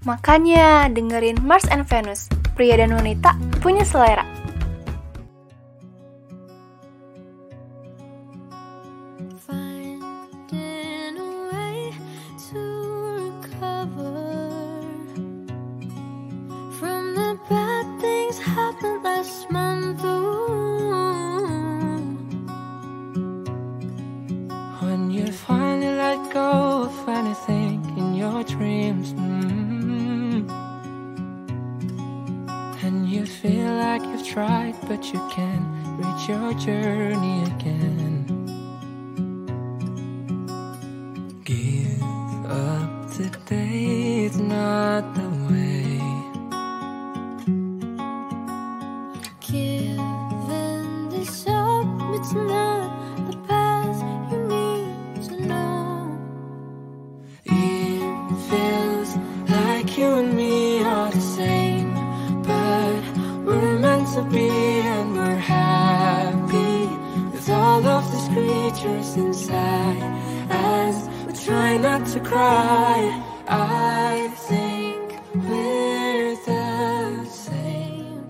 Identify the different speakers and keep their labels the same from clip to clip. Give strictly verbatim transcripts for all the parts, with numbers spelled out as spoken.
Speaker 1: Makanya dengerin Mars and Venus, pria dan wanita punya selera.
Speaker 2: When you finally let go of anything in your dreams, mm, and you feel like you've tried but you can't reach your journey again, give up today, it's not the way.
Speaker 3: Giving this up, it's not the path you need to know.
Speaker 2: It feels like you and me are the same, but we're meant to be and we're happy with all of these creatures inside as we try not to cry. I think we're the same.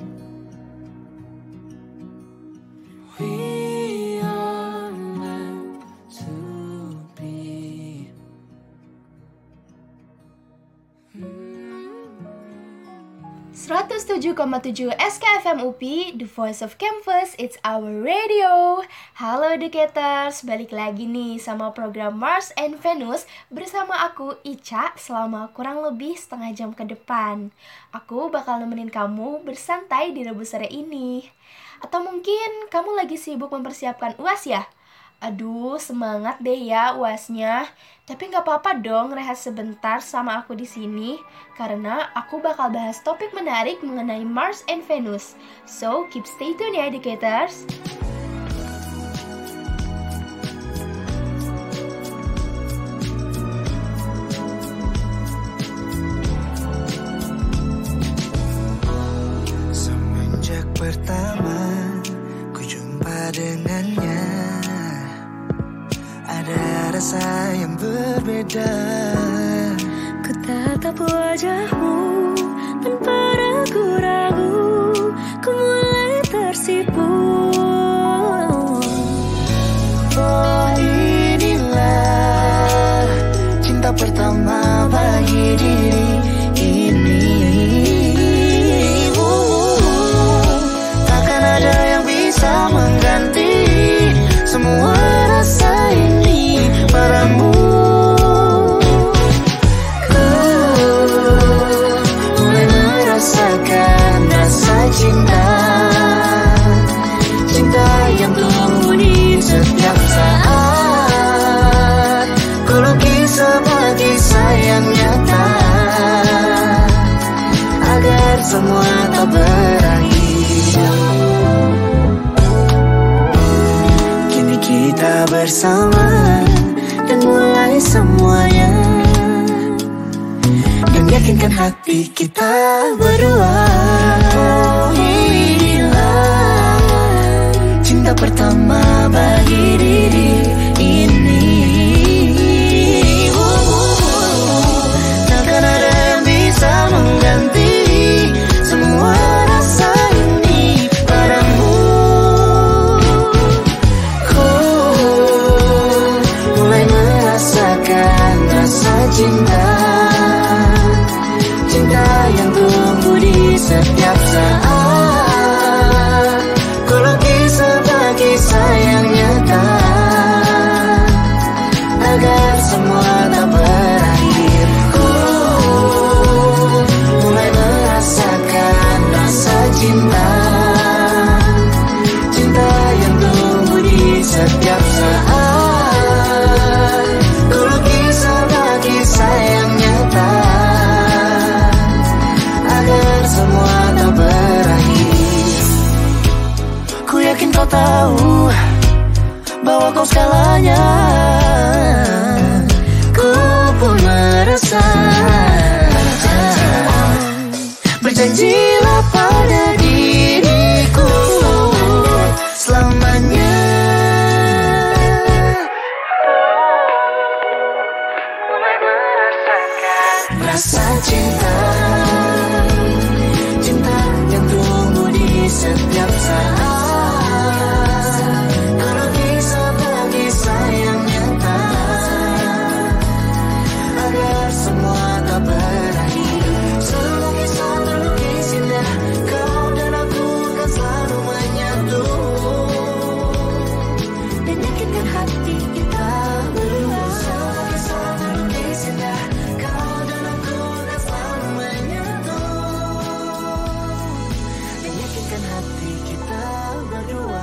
Speaker 2: We are meant to be.
Speaker 1: seratus tujuh koma tujuh S K F M U P, The Voice of Campus, it's our radio. Halo Educators, balik lagi nih sama program Mars and Venus bersama aku Ica selama kurang lebih setengah jam ke depan. Aku bakal nemenin kamu bersantai di rebus sore ini. Atau mungkin kamu lagi sibuk mempersiapkan U A S ya? Aduh, semangat deh ya U A S-nya. Tapi nggak apa-apa dong rehat sebentar sama aku di sini, karena aku bakal bahas topik menarik mengenai Mars and Venus. So, keep stay tune ya, Educators.
Speaker 4: Semenjak pertama ku jumpa dengannya, ada rasa yang berbeda.
Speaker 3: Ku tatap wajahmu tanpa ragu-ragu, ku mulai tersipu.
Speaker 4: Oh, inilah cinta pertama bagi diri ini. uh, Takkan ada yang bisa mengganti semua rasa ini padamu. Ku mulai merasakan rasa cinta, cinta yang tumbuh di setiap saat. Ku lukis sebuah kisah yang nyata agar semua tak berakhir. Kini kita bersama dan mulai semuanya, dan yakinkan hati kita berdua. Oh, inilah cinta pertama bagi diri ini. uh, Takkan ada yang bisa mengganti semua rasa ini padamu. Ku mulai merasakan rasa cinta, cinta yang tumbuh di setiap saat. Ku lukis sebuah kisah yang nyata agar semua tak berakhir. Ku mulai merasakan rasa cinta, cinta yang tumbuh di setiap saat. Ku lukis sebuah kisah yang nyata agar semua tak berakhir. Ku yakin kau tahu bahwa kau segalanya. Ku pun merasa. Berjanjilah pada diriku selamanya. Mulai merasakan rasa cinta, tak berakhir. Semua kisah terlukis indah, kau dan aku kan selalu menyatu
Speaker 1: dan yakinkan hati kita berdua.
Speaker 4: Semua kisah terlukis indah, kau dan aku kan selalu menyatu dan yakinkan hati kita berdua.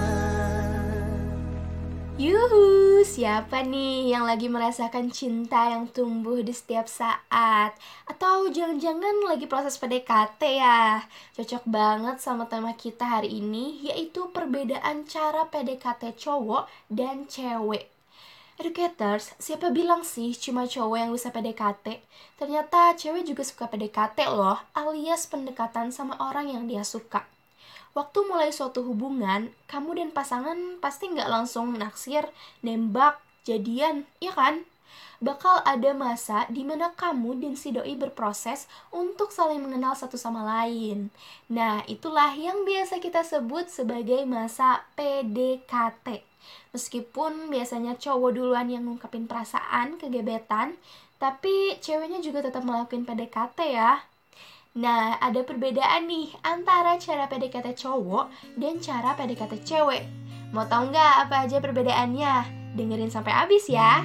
Speaker 1: Yuhu, siapa nih yang lagi merasakan cinta yang tumbuh di setiap saat? Atau jangan-jangan lagi proses P D K T ya? Cocok banget sama tema kita hari ini, yaitu perbedaan cara P D K T cowok dan cewek. Educators, siapa bilang sih cuma cowok yang bisa P D K T? Ternyata cewek juga suka P D K T loh, alias pendekatan sama orang yang dia suka. Waktu mulai suatu hubungan, kamu dan pasangan pasti nggak langsung naksir, nembak, jadian, ya kan? Bakal ada masa di mana kamu dan si doi berproses untuk saling mengenal satu sama lain. Nah, itulah yang biasa kita sebut sebagai masa P D K T. Meskipun biasanya cowok duluan yang ngungkapin perasaan ke gebetan, tapi ceweknya juga tetap melakukan P D K T ya. Nah, ada perbedaan nih antara cara P D K T cowok dan cara P D K T cewek. Mau tahu nggak apa aja perbedaannya? Dengerin sampai habis ya.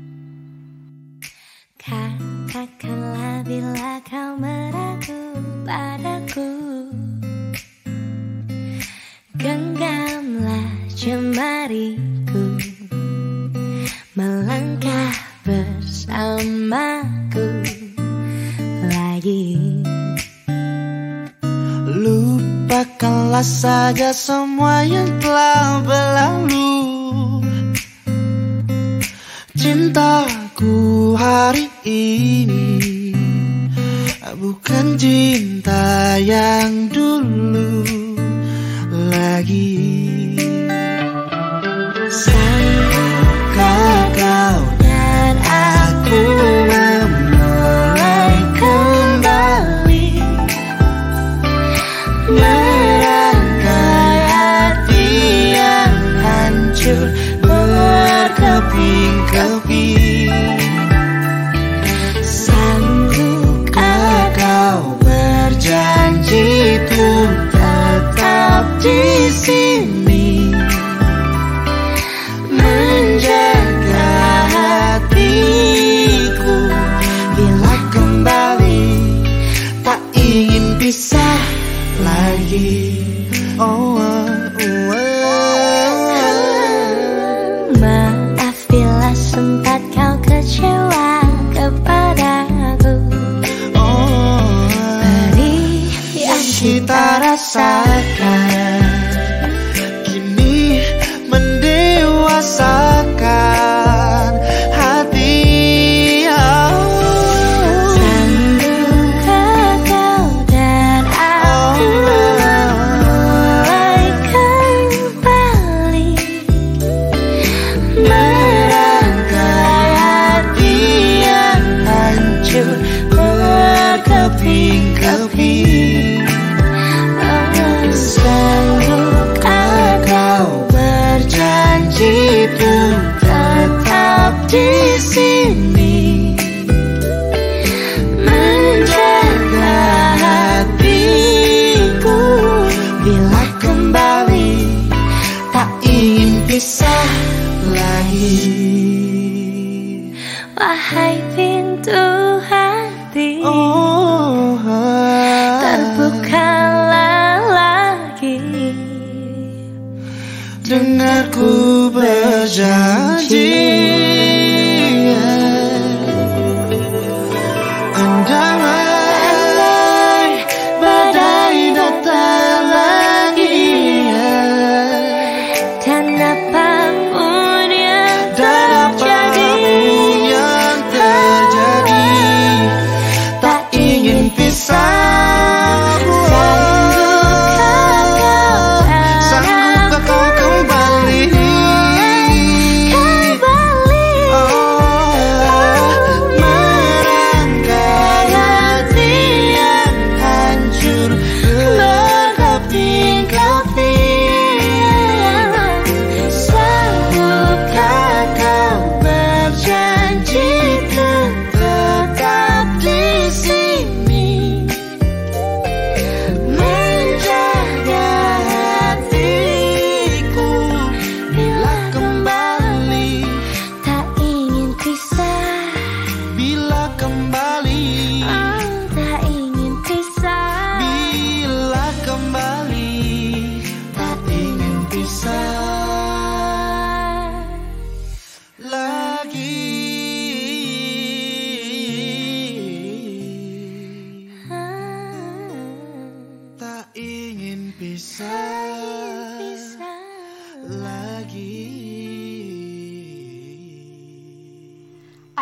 Speaker 3: Katakanlah bila kau meragu padaku, genggamlah jemariku, melangkah bersamaku lagi.
Speaker 4: Lupakanlah saja semua yang telah berlalu. Cintaku hari ini bukan cinta yang dulu lagi.
Speaker 3: Sanggupkah kau dan aku memulai kembali, merangkai hati yang hancur berkeping-keping? Sanggupkah kau berjanji untuk tetap di sini, menjaga hatiku bila kembali tak ingin pisah lagi? Oh, oh, oh. Maaf bila sempat kau kecewa kepadaku.
Speaker 4: Oh,
Speaker 3: Perih yang
Speaker 4: kita rasakan kini mendewasakan hati.
Speaker 3: Sanggupkah kau dan aku mulai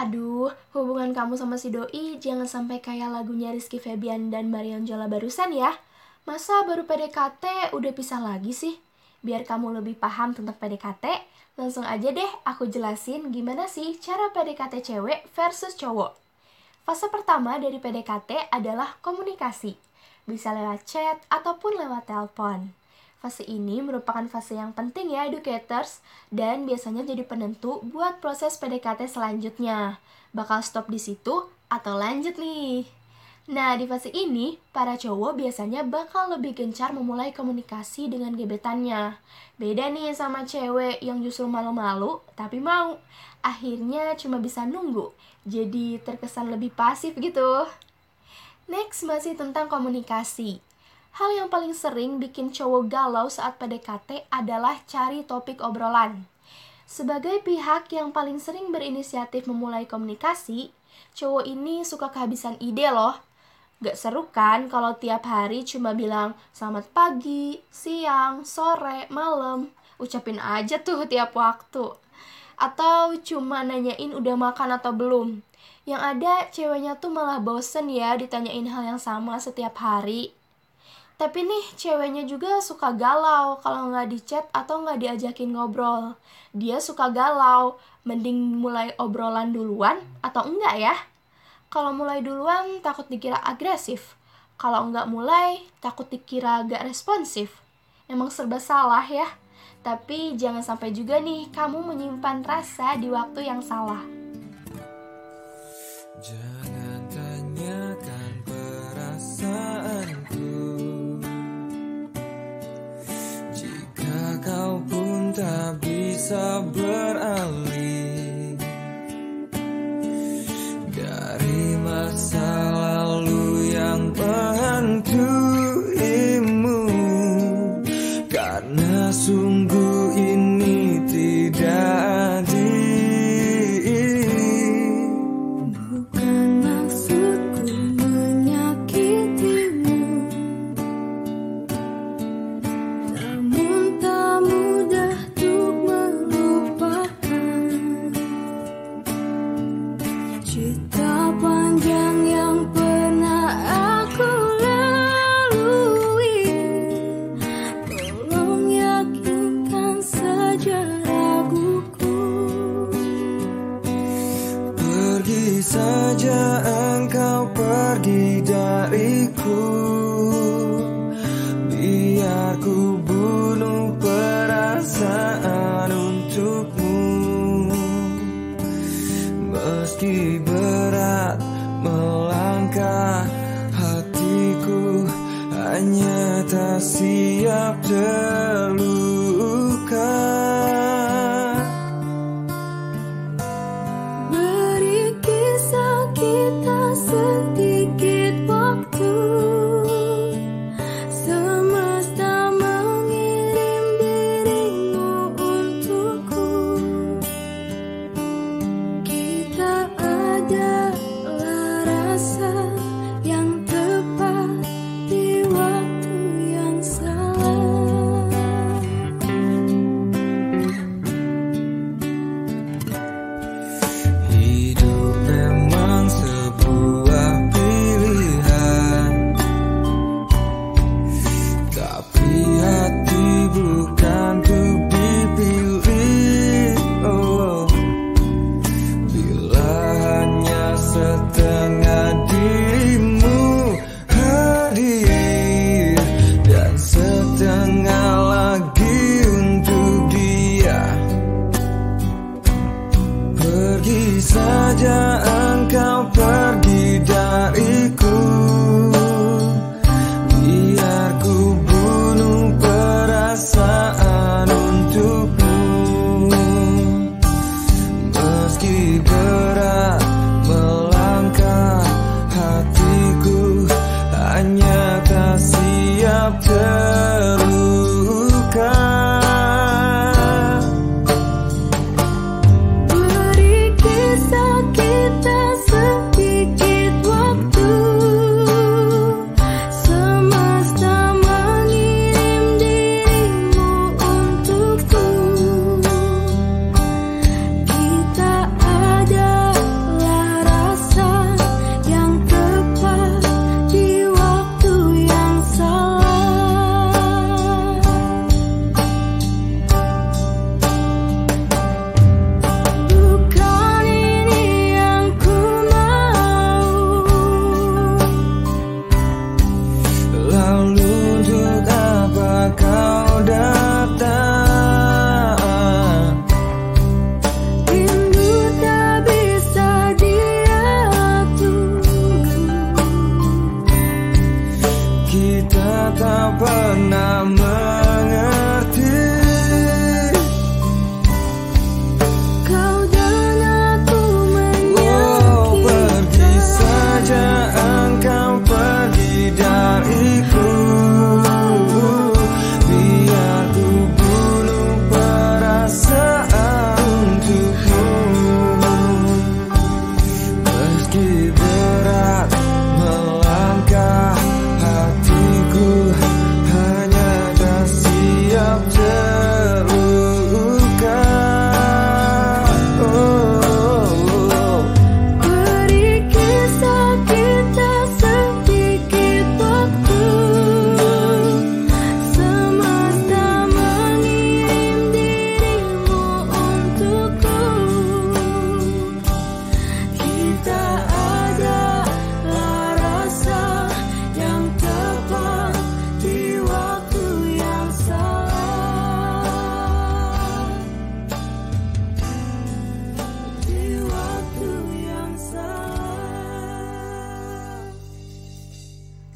Speaker 1: Aduh, hubungan kamu sama si doi jangan sampai kayak lagunya Rizky Febian dan Marion Jola barusan ya. Masa baru P D K T udah pisah lagi sih? Biar kamu lebih paham tentang P D K T, langsung aja deh aku jelasin gimana sih cara P D K T cewek versus cowok. Fase pertama dari P D K T adalah komunikasi. Bisa lewat chat ataupun lewat telepon. Fase ini merupakan fase yang penting ya educators, dan biasanya jadi penentu buat proses P D K T selanjutnya. Bakal stop di situ atau lanjut nih. Nah, di fase ini, para cowok biasanya bakal lebih gencar memulai komunikasi dengan gebetannya. Beda nih sama cewek yang justru malu-malu, tapi mau. Akhirnya cuma bisa nunggu, jadi terkesan lebih pasif gitu. Next, masih tentang komunikasi. Hal yang paling sering bikin cowok galau saat P D K T adalah cari topik obrolan. Sebagai pihak yang paling sering berinisiatif memulai komunikasi, cowok ini suka kehabisan ide loh. Gak seru kan kalau tiap hari cuma bilang selamat pagi, siang, sore, malam. Ucapin aja tuh tiap waktu. Atau cuma nanyain udah makan atau belum. Yang ada ceweknya tuh malah bosen ya ditanyain hal yang sama setiap hari. Tapi nih, ceweknya juga suka galau kalau nggak di chat atau nggak diajakin ngobrol. Dia suka galau, mending mulai obrolan duluan atau enggak ya? Kalau mulai duluan, takut dikira agresif. Kalau nggak mulai, takut dikira gak responsif. Emang serba salah ya? Tapi jangan sampai juga nih, kamu menyimpan rasa di waktu yang salah.
Speaker 2: Jangan tanyakan perasaanku, kau pun tak bisa beralih dari masa lalu yang menghantuimu, karena sungguh ini tidak adil.
Speaker 3: Bukan maksudku menyakitimu, namun tak mudah untuk melupakan cerita panjang yang pernah aku lalui. Tolong yakinkan saja raguku.
Speaker 2: Pergi saja engkau, pergi dariku, biar ku bunuh perasaan untukmu. Meski berat melangkah, hatiku hanya tak siap terluka.
Speaker 3: Beri kisah kita sedikit waktu. Semesta mengirim dirimu untukku. Kita adalah rasa yang tepat di waktu yang salah.
Speaker 2: Hidup memang sebuah pilihan, tapi hati bukan untuk dipilih. Oh, bila hanya setengah diri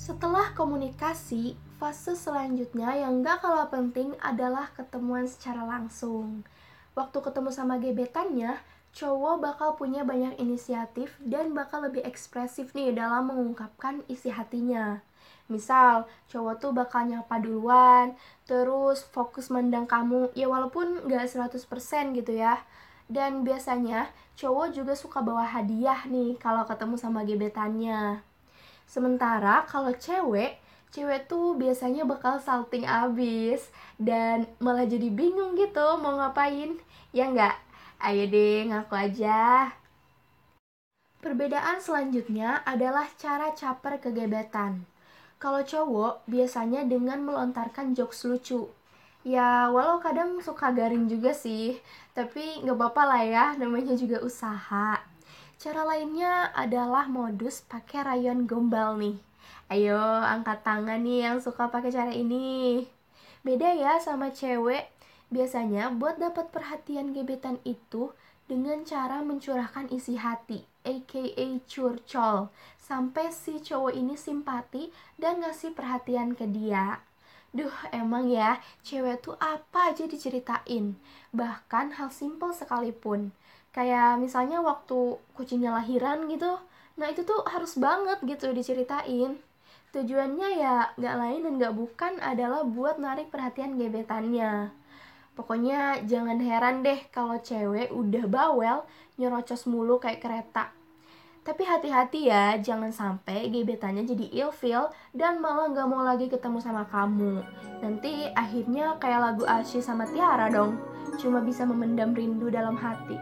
Speaker 1: Setelah komunikasi, fase selanjutnya yang gak kalah penting adalah ketemuan secara langsung. Waktu ketemu sama gebetannya, cowok bakal punya banyak inisiatif dan bakal lebih ekspresif nih dalam mengungkapkan isi hatinya. Misal, cowok tuh bakal nyapa duluan, terus fokus mandang kamu, ya walaupun gak seratus persen gitu ya. Dan biasanya, cowok juga suka bawa hadiah nih kalau ketemu sama gebetannya. Sementara kalau cewek, cewek tuh biasanya bakal salting abis dan malah jadi bingung gitu mau ngapain. Ya nggak? Ayo deh ngaku aja. Perbedaan selanjutnya adalah cara caper ke gebetan. Kalau cowok biasanya dengan melontarkan jokes lucu. Ya walau kadang suka garing juga sih, tapi nggak apa-apa lah ya, namanya juga usaha. Cara lainnya adalah modus pakai rayon gombal nih. Ayo angkat tangan nih yang suka pakai cara ini. Beda ya sama cewek. Biasanya buat dapat perhatian gebetan itu dengan cara mencurahkan isi hati, aka curcol, sampai si cowok ini simpati dan ngasih perhatian ke dia. Duh, emang ya, cewek tuh apa aja diceritain, bahkan hal simpel sekalipun. Kayak misalnya waktu kucingnya lahiran gitu, nah itu tuh harus banget gitu diceritain. Tujuannya ya gak lain dan gak bukan adalah buat narik perhatian gebetannya. Pokoknya jangan heran deh kalau cewek udah bawel nyerocos mulu kayak kereta. Tapi hati-hati ya, jangan sampai gebetannya jadi ilfeel dan malah gak mau lagi ketemu sama kamu. Nanti akhirnya kayak lagu Arsy sama Tiara dong, cuma bisa memendam rindu dalam hati.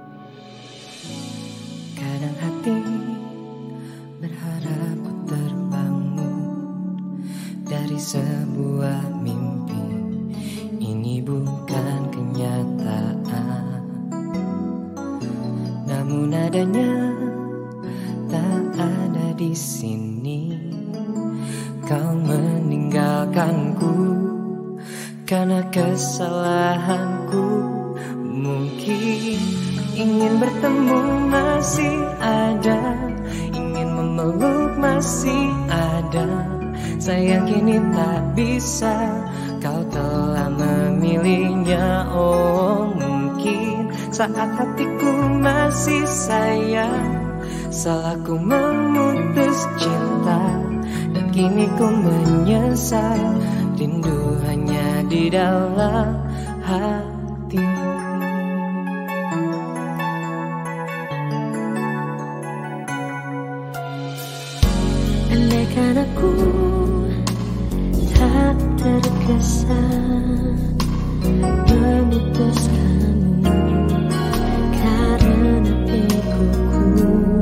Speaker 2: Kadang hati berharap ku terbangun dari sebuah mimpi. Ini bukan kenyataan, namun adanya tak ada di sini. Kau meninggalkanku karena kesalahanku. Mungkin ingin bertemu masih ada, ingin memeluk masih ada. Sayang kini tak bisa, kau telah memilihnya. Oh mungkin saat hatiku masih sayang, salahku memutus cinta, dan kini ku menyesal. Rindu hanya di dalam hati.
Speaker 3: Andaikan aku tak terkesan memutuskanmu karena egoku,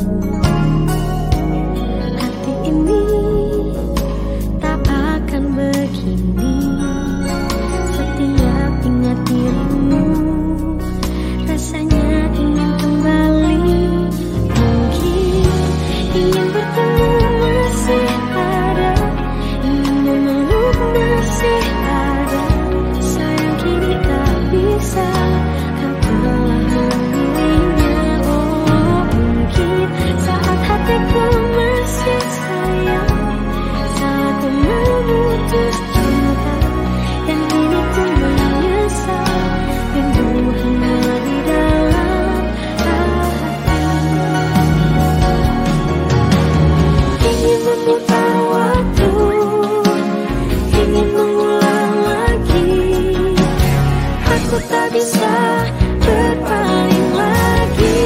Speaker 3: hati ini tak akan begini. Setiap ingat dirimu, rasanya ingin kembali. Mungkin ingin bertemu masih ada, ingin memeluk masih ada. Sayang kini tak bisa, kau telah memilihnya. Oh mungkin saat hatiku masih sayang, salahku memutus cinta, dan kini ku menyesal. Rindu hanya di dalam hati. Ingin memutar waktu, ingin mengulang lagi. Aku tak bisa berpaling lagi.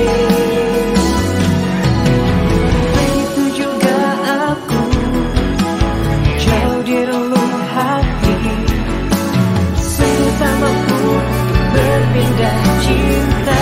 Speaker 2: Begitu juga aku, jauh di relung hati. Sungguh tak mampu berpindah cinta.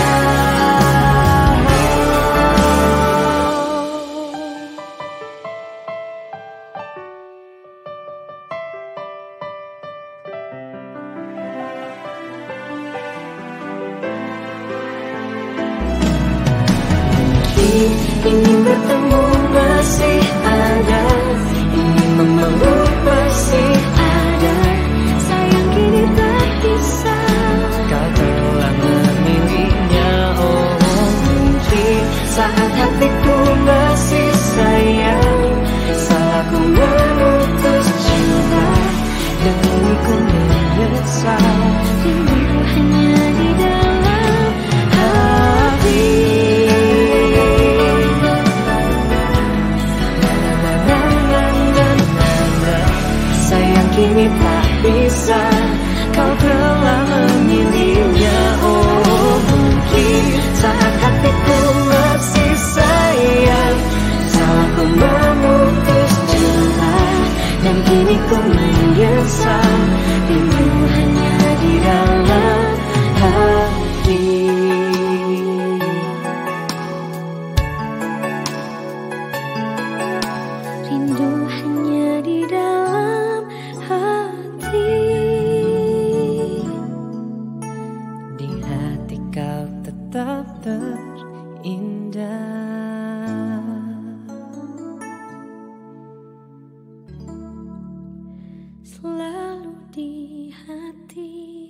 Speaker 2: Ingin bertemu masih ada, ingin memeluk masih ada.
Speaker 3: Sayang kini tak bisa,
Speaker 2: Kau telah memilihnya. Oh mungkin saat hatiku masih sayang, salahku kini tak bisa. Kau telah memilihnya. Oh, mungkin saat hatiku masih sayang, salahku memutus jalan, dan kini ku menyesal. Rindu hanya di dalam hati.
Speaker 3: Rindu hanya di dalam hati.
Speaker 2: Di hati kau tetap terindah.
Speaker 3: Selalu di hati.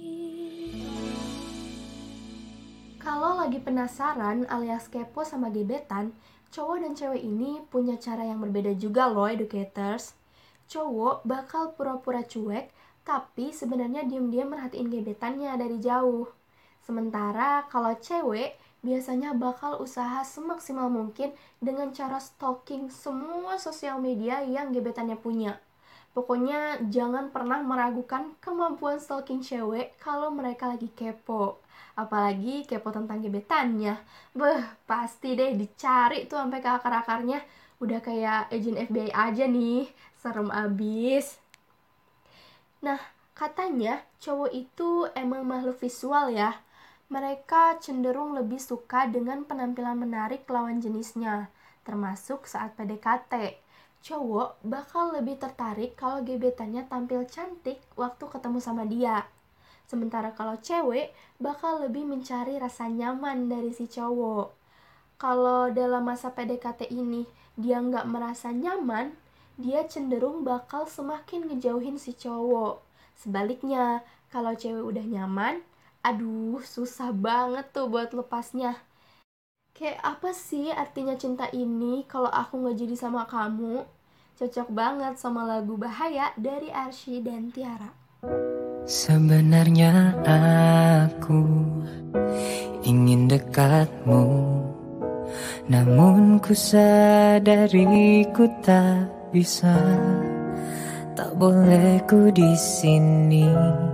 Speaker 1: Kalau lagi penasaran alias kepo sama gebetan, cowok dan cewek ini punya cara yang berbeda juga loh, educators. Cowok bakal pura-pura cuek, tapi sebenarnya diam-diam merhatiin gebetannya dari jauh. Sementara kalau cewek biasanya bakal usaha semaksimal mungkin dengan cara stalking semua sosial media yang gebetannya punya. Pokoknya jangan pernah meragukan kemampuan stalking cewek kalau mereka lagi kepo. Apalagi kepo tentang gebetannya. Beh, pasti deh dicari tuh sampai ke akar-akarnya. Udah kayak agent F B I aja nih. Serem abis. Nah, katanya cowok itu emang makhluk visual ya. Mereka cenderung lebih suka dengan penampilan menarik lawan jenisnya, termasuk saat P D K T. Cowok bakal lebih tertarik kalau gebetannya tampil cantik waktu ketemu sama dia. Sementara kalau cewek bakal lebih mencari rasa nyaman dari si cowok. Kalau dalam masa P D K T ini dia nggak merasa nyaman, dia cenderung bakal semakin ngejauhin si cowok. Sebaliknya, kalau cewek udah nyaman, aduh susah banget tuh buat lepasnya. Kayak apa sih artinya cinta ini kalau aku nggak jadi sama kamu? Cocok banget sama lagu Bahaya dari Arsy dan Tiara.
Speaker 2: Sebenarnya aku ingin dekatmu, namun ku sadari ku tak bisa. Tak boleh ku di sini,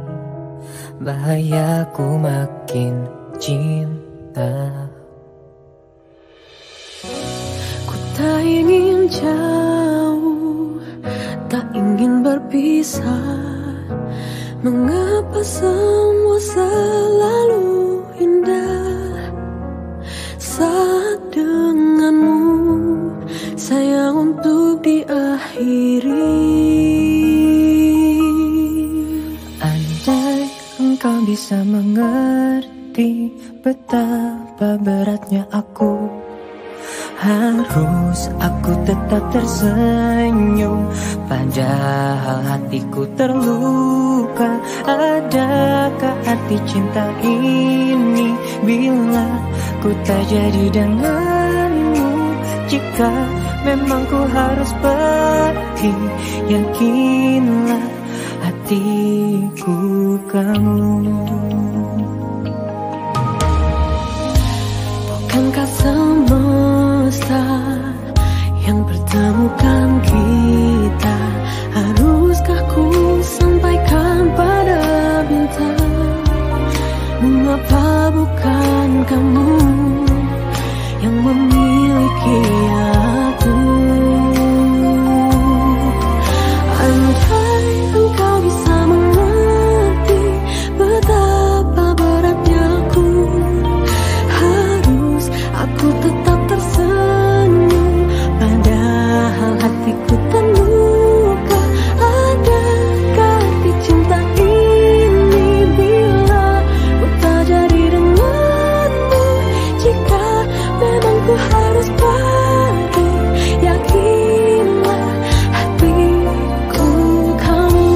Speaker 2: bahaya ku makin cinta.
Speaker 3: Ku tak ingin jauh, tak ingin berpisah. Mengapa semua selalu indah saat denganmu, sayang, untuk diakhiri.
Speaker 2: Andai engkau bisa mengerti betapa beratnya aku, harus aku tetap tersenyum padahal hatiku terluka. Adakah arti cinta ini bila ku tak jadi denganmu? Jika memang ku harus pergi, yakinlah hatiku kamu.
Speaker 3: Bukankah semesta yang pertemukan kita? Haruskah ku sampaikan pada bintang? Mengapa bukan kamu yang memiliki aku? Andai engkau bisa mengerti betapa beratnya aku, harus aku tetap tersenyum padahal hatiku terluka. Adakah arti cinta ini bila ku tak jadi denganmu? Jika memang ku harus pergi, yakinlah hatiku kamu.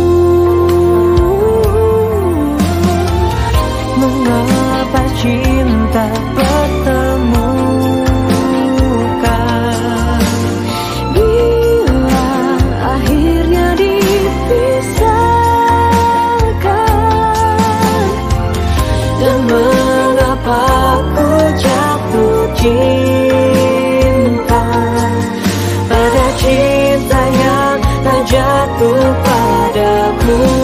Speaker 2: Mengapa cinta pertemukan
Speaker 3: Bila akhirnya dipisahkan?
Speaker 2: dan mengapa ku jatuh cinta pada cinta yang tak jatuh padaku?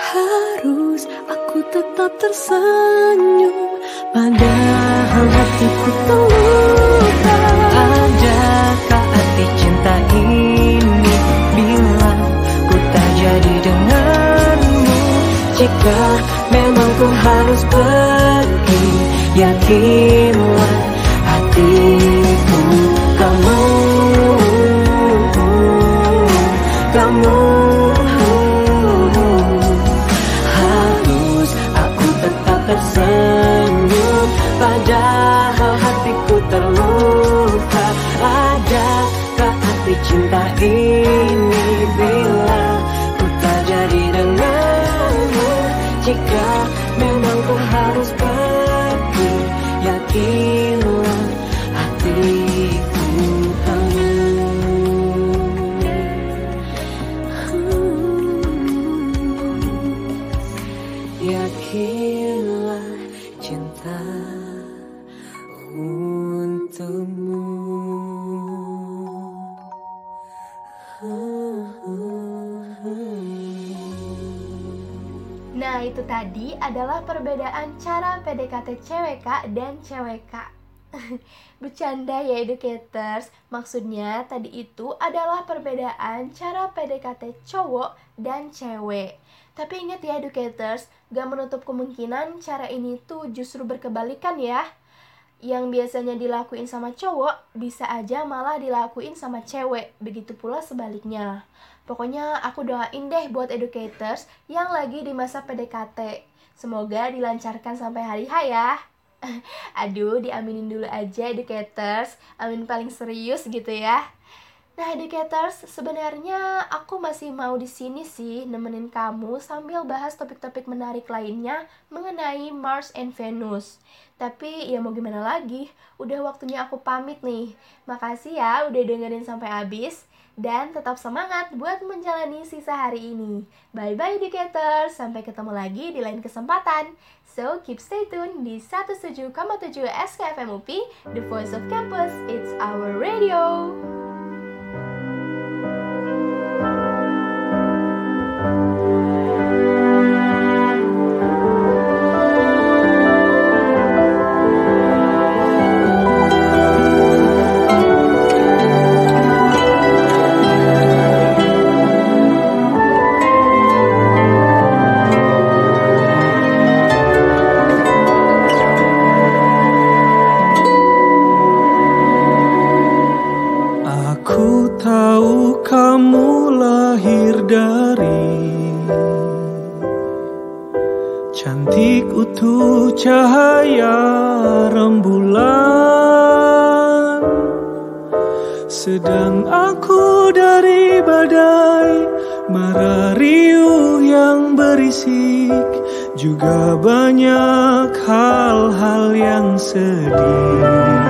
Speaker 3: harus aku tetap tersenyum, padahal hatiku terluka.
Speaker 2: Adakah arti cinta ini bila ku tak jadi denganmu? Jika memang ku harus pergi, yakinlah hatiku kamu, kamu. Harus aku tetap tersenyum, padahal hatiku terluka. Adakah arti cinta ini bila ku tak jadi denganmu? Jika memang ku harus pergi, yakinlah hatiku kamu. Yakinlah cinta untukmu.
Speaker 1: Nah, itu tadi adalah perbedaan cara P D K T cewek K dan cewek K. Bercanda ya educators. Maksudnya tadi itu adalah perbedaan cara P D K T cowok dan cewek. Tapi ingat ya educators, gak menutup kemungkinan cara ini tuh justru berkebalikan ya. Yang biasanya dilakuin sama cowok, bisa aja malah dilakuin sama cewek. Begitu pula sebaliknya. Pokoknya aku doain deh buat educators yang lagi di masa P D K T. Semoga dilancarkan sampai hari H ya. Aduh, diaminin dulu aja educators. Amin paling serius gitu ya. Nah educators, sebenarnya aku masih mau di sini sih nemenin kamu sambil bahas topik-topik menarik lainnya mengenai Mars and Venus. Tapi ya mau gimana lagi, udah waktunya aku pamit nih. Makasih ya udah dengerin sampai habis. Dan tetap semangat buat menjalani sisa hari ini. Bye-bye educators, sampai ketemu lagi di lain kesempatan. So keep stay tune di seratus tujuh koma tujuh S K F M U P, The Voice of Campus, it's our radio.
Speaker 5: Cantik utuh cahaya rembulan, sedang aku dari badai mara riuh yang berisik, juga banyak hal-hal yang sedih.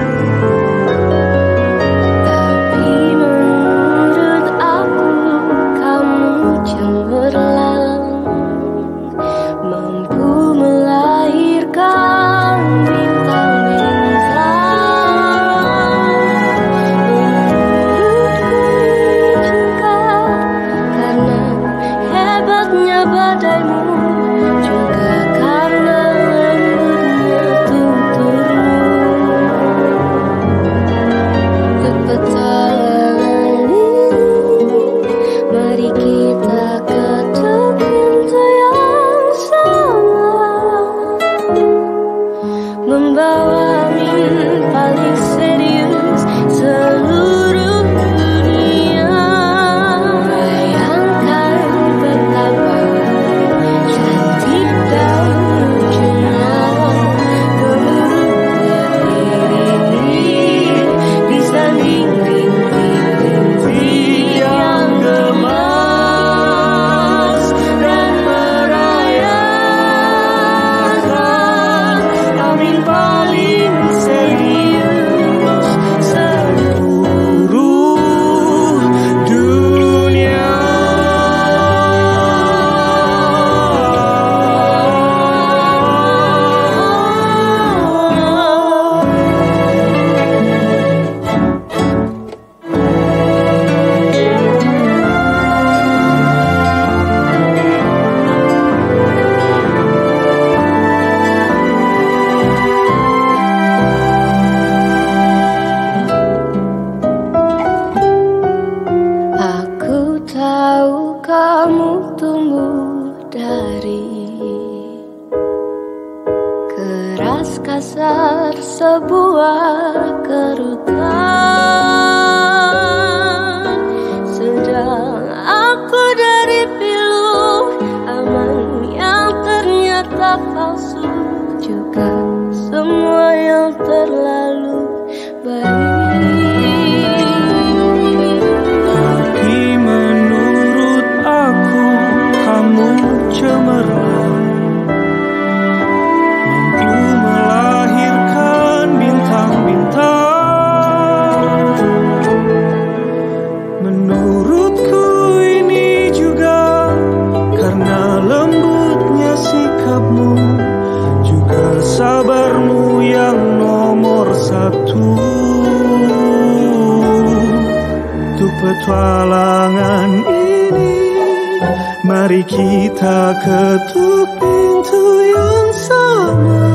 Speaker 3: dasar sebuah kerutan. Sedang aku dari pilu aman yang ternyata palsu, juga semua yang terlalu baik.
Speaker 5: Tapi menurut aku kamu cemerlang, mampu melahirkan bintang-bintang. Menurutku ini juga karena lembutnya sikapmu, juga sabarmu yang nomor satu. Untuk petualangan ini, mari kita ketuk pintu yang sama.